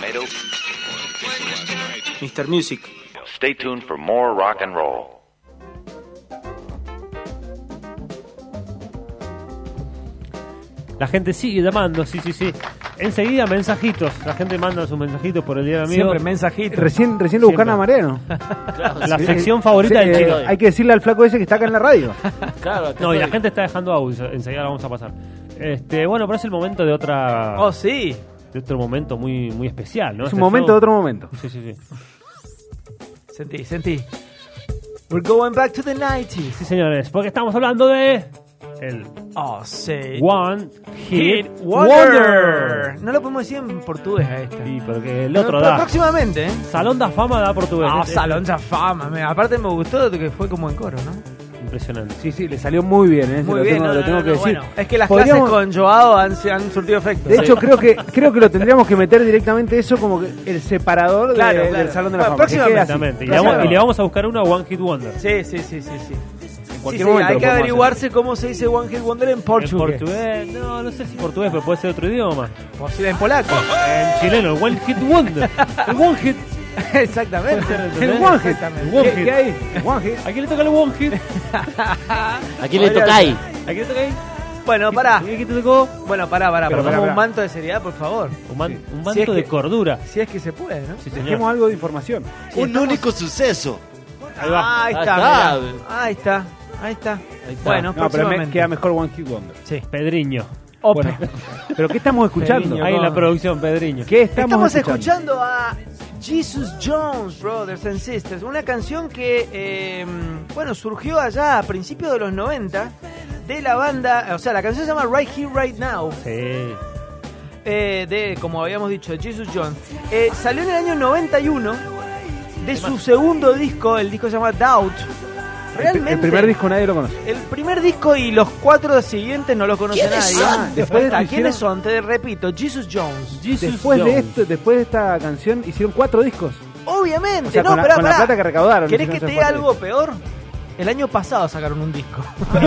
Mr. Music. Stay tuned for more rock and roll. La gente sigue llamando, sí. Enseguida mensajitos. La gente manda sus mensajitos por el día del amigo. Siempre mensajitos. Recién lo buscan a Mariano. La sección favorita del chico. Hay que decirle al flaco ese que está acá en la radio. Claro, No, y la gente está dejando audio. Enseguida la vamos a pasar. Bueno, pero es el momento de otra. Oh, sí. De otro momento muy, muy especial, ¿no? Es un momento de otro momento. Sí. Sentí. We're going back to the 90s. Sí, señores, porque estamos hablando de el sí. One Hit Wonder. No lo podemos decir en portugués a esta. Sí, porque el otro Pero da. próximamente, Salón da Fama da portugués. Salón de Fama. Aparte me gustó que fue como en coro, ¿no? Impresionante. Sí, le salió muy bien. Muy bien, lo tengo que decir. Bueno, es que las clases con Joao han surtido efecto. De hecho, creo que lo tendríamos que meter directamente eso como que el separador del Salón de la Fama. Próximamente. Y le vamos a buscar una One Hit Wonder. Sí. Momento hay que averiguarse cómo se dice One Hit Wonder en portugués. No sé si portugués, pero puede ser otro idioma. Posible en polaco. En chileno, el One Hit Wonder. El One Hit. Exactamente. El One Hit. ¿Qué hay? One Hit. ¿A quién le toca el One Hit? ¿A quién le toca ahí? ¿A quién le toca ahí? Bueno, pará. ¿Y qué te tocó? Bueno, pará. Pongamos un manto de seriedad, por favor. Un manto de cordura. Si es que se puede, ¿no? Sí, señor. Dejemos algo de información. Un único suceso. Ahí va. Ahí está. Bueno, no, pero queda mejor One Hit Wonder. Sí. Pedriño. Bueno, pero ¿qué estamos escuchando? Pedriño, Ahí en la producción, Pedriño. ¿Qué estamos escuchando a Jesus Jones, Brothers and Sisters, una canción que surgió allá a principios de los 90 de la banda, o sea, la canción se llama Right Here Right Now. Sí. Como habíamos dicho, de Jesus Jones. Salió en el año 91 de su segundo disco, el disco se llama Doubt. Realmente, el primer disco nadie lo conoce. El primer disco y los 4 siguientes no lo conoce nadie. Después ¿Quiénes son? Te repito, Jesus Jones. Después de esta canción hicieron 4 discos. Obviamente, o sea, no, con la plata que recaudaron. ¿Querés que te diga algo peor? El año pasado sacaron un disco.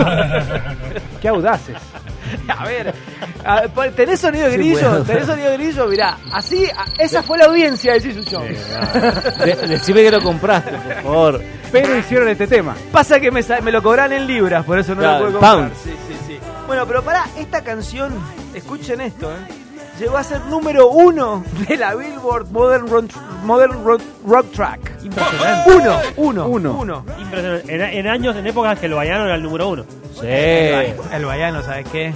Qué audaces. A ver, ¿tenés sonido grillo? ¿Tenés sonido grillo? Mirá, así, esa fue la audiencia de Jesus Jones. Decime que lo compraste, por favor. Pero hicieron este tema. Pasa que me lo cobran en libras, por eso no lo puedo comprar. Sí. Bueno, pero pará, esta canción, escuchen esto, llegó a ser número 1 de la Billboard Modern Rock Track. Impresionante. Uno. Impresionante. En épocas que el Baiano era el número 1. Sí. El Baiano, ¿sabes qué?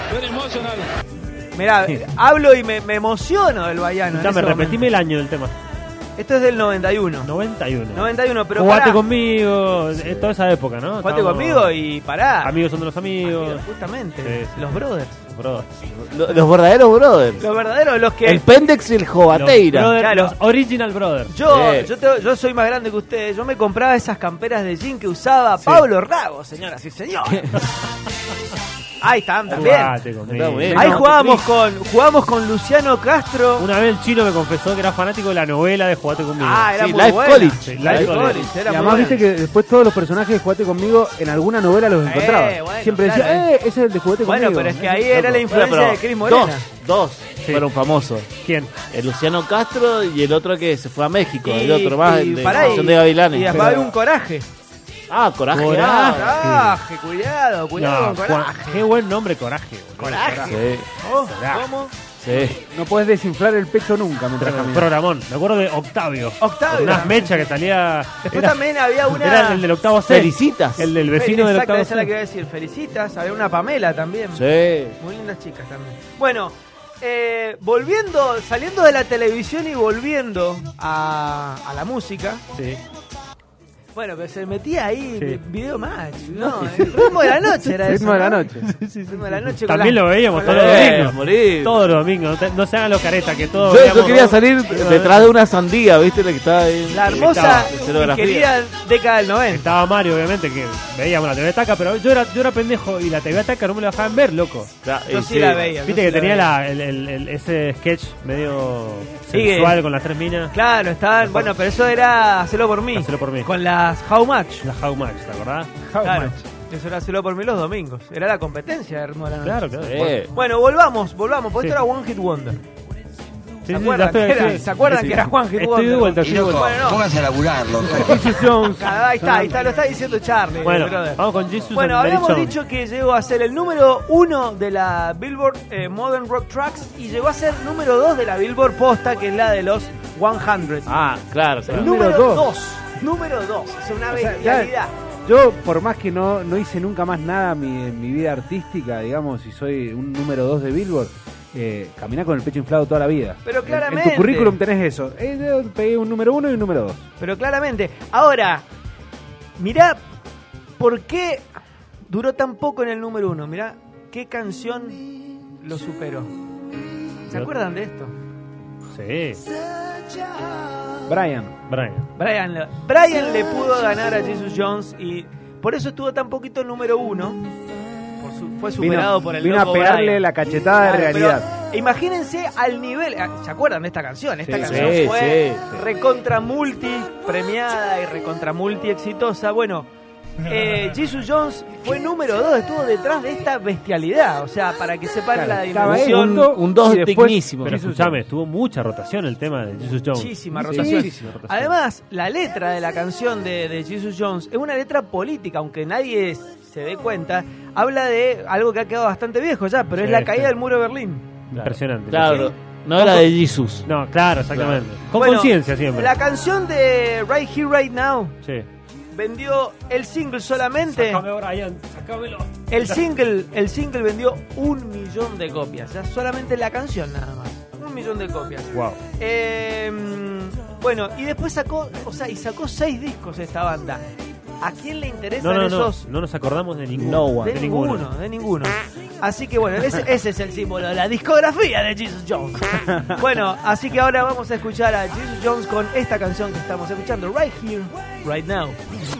Mirá, hablo y me emociono del Baiano. Ya me repetime el año del tema. Esto es del 91. 91, pero Jugate conmigo, toda esa época, ¿no? Jugate conmigo y pará. Amigos son de los amigos. Justamente, sí. Los brothers. Los verdaderos brothers. Los verdaderos, los que... El Pendex y el Jovateira. Los original brothers. Yo soy más grande que ustedes. Yo me compraba esas camperas de jean que usaba Pablo Rago, señoras y señores. Ahí están también. Ahí jugábamos con Luciano Castro. Una vez el chino me confesó que era fanático de la novela de Jugate conmigo. Era muy Life buena. College. Life College. Y además viste que después todos los personajes de Jugate conmigo en alguna novela los encontraba. Bueno, siempre claro, decía, ese es el de Jugate conmigo. Bueno, pero es que ahí era la influencia de Cris Morena. Dos fueron famosos. ¿Quién? El Luciano Castro y el otro que se fue a México. El otro más, el de Pasión de Y Gavilanes. después hay un Coraje. Coraje. Coraje, cuidado con Coraje. Qué buen nombre, Coraje. Coraje. Sí. ¿Cómo? Sí. No puedes desinflar el pecho nunca mientras caminas. Programón. Me acuerdo de Octavio. Unas mechas que salía. Después también había una. Era el del octavo C. Felicitas. El del vecino del octavo C. Esa es la que iba a decir. Felicitas. Había una Pamela también. Sí. Muy lindas chicas también. Bueno, saliendo de la televisión y volviendo a la música. Sí. Bueno, pero se metía ahí Video Match, ¿no? El ritmo de la noche era eso. Ritmo de la noche. Ritmo de la noche. También lo veíamos todos los domingos. Todos los domingos. No se hagan los caretas que todos. Yo quería salir detrás de una sandía, ¿viste? La que estaba ahí. La hermosa y querida década del 90. Estaba Mario, obviamente, que veíamos la TV Ataca, pero yo era pendejo y la TV Ataca no me la dejaban ver, loco. Yo sí la veía. Viste que tenía ese sketch medio sensual con las 3 minas. Claro, estaban. Bueno, pero eso era Hacelo por mí. Con las How Much. Las How Much, ¿te acordás? Claro. Eso era Hacelo por mí los domingos. Era la competencia de ritmo de la noche. Claro. Bueno, volvamos, porque esto era One Hit Wonder. Sí, ¿Se acuerdan que era Juan G. Estoy de vuelta, Pónganse a laburarlo. Ahí está, lo está diciendo Charlie. Bueno, vamos con Jesus. Bueno, habíamos dicho que llegó a ser el número 1 de la Billboard Modern Rock Tracks y llegó a ser número 2 de la Billboard Posta, que es la de los 100. Ah, claro. Número 2. Número 2. Es una bestialidad. Yo, por más que no hice nunca más nada en mi vida artística, digamos, y soy un número 2 de Billboard, caminá con el pecho inflado toda la vida. Pero claramente. En tu currículum tenés eso. Pegué un número 1 y un número 2. Pero claramente. Ahora, mirá por qué duró tan poco en el número 1. Mirá qué canción lo superó. ¿Se acuerdan de esto? Sí. Brian le pudo ganar a Jesus Jones y por eso estuvo tan poquito el número 1. Fue superado por el vino a pegarle Brian. La cachetada de realidad. Imagínense al nivel. ¿Se acuerdan de esta canción? Esta canción fue recontra multi premiada y recontra multi exitosa. Bueno, Jesus Jones fue número 2, estuvo detrás de esta bestialidad. O sea, para que sepan la dimensión. Un 2 dignísimo. Pero escuchame, tuvo mucha rotación el tema de Jesus Jones. Muchísima rotación. Además, la letra de la canción de Jesus Jones es una letra política, aunque nadie se dé cuenta. Habla de algo que ha quedado bastante viejo ya, pero es la caída del muro de Berlín. Impresionante. Claro. ¿Sí? No era de Jesus. No, claro, exactamente. Claro. Con conciencia siempre. La canción de Right Here, Right Now vendió el single solamente. Sácame, Brian, sácamelo. El single vendió 1 millón de copias. Ya solamente la canción nada más. 1 millón de copias. Wow. Bueno, y después sacó 6 discos esta banda. ¿A quién le interesan esos? No nos acordamos de ninguno. De ninguno. Así que bueno, ese es el símbolo de la discografía de Jesus Jones. Bueno, así que ahora vamos a escuchar a Jesus Jones con esta canción que estamos escuchando, Right Here, Right Now.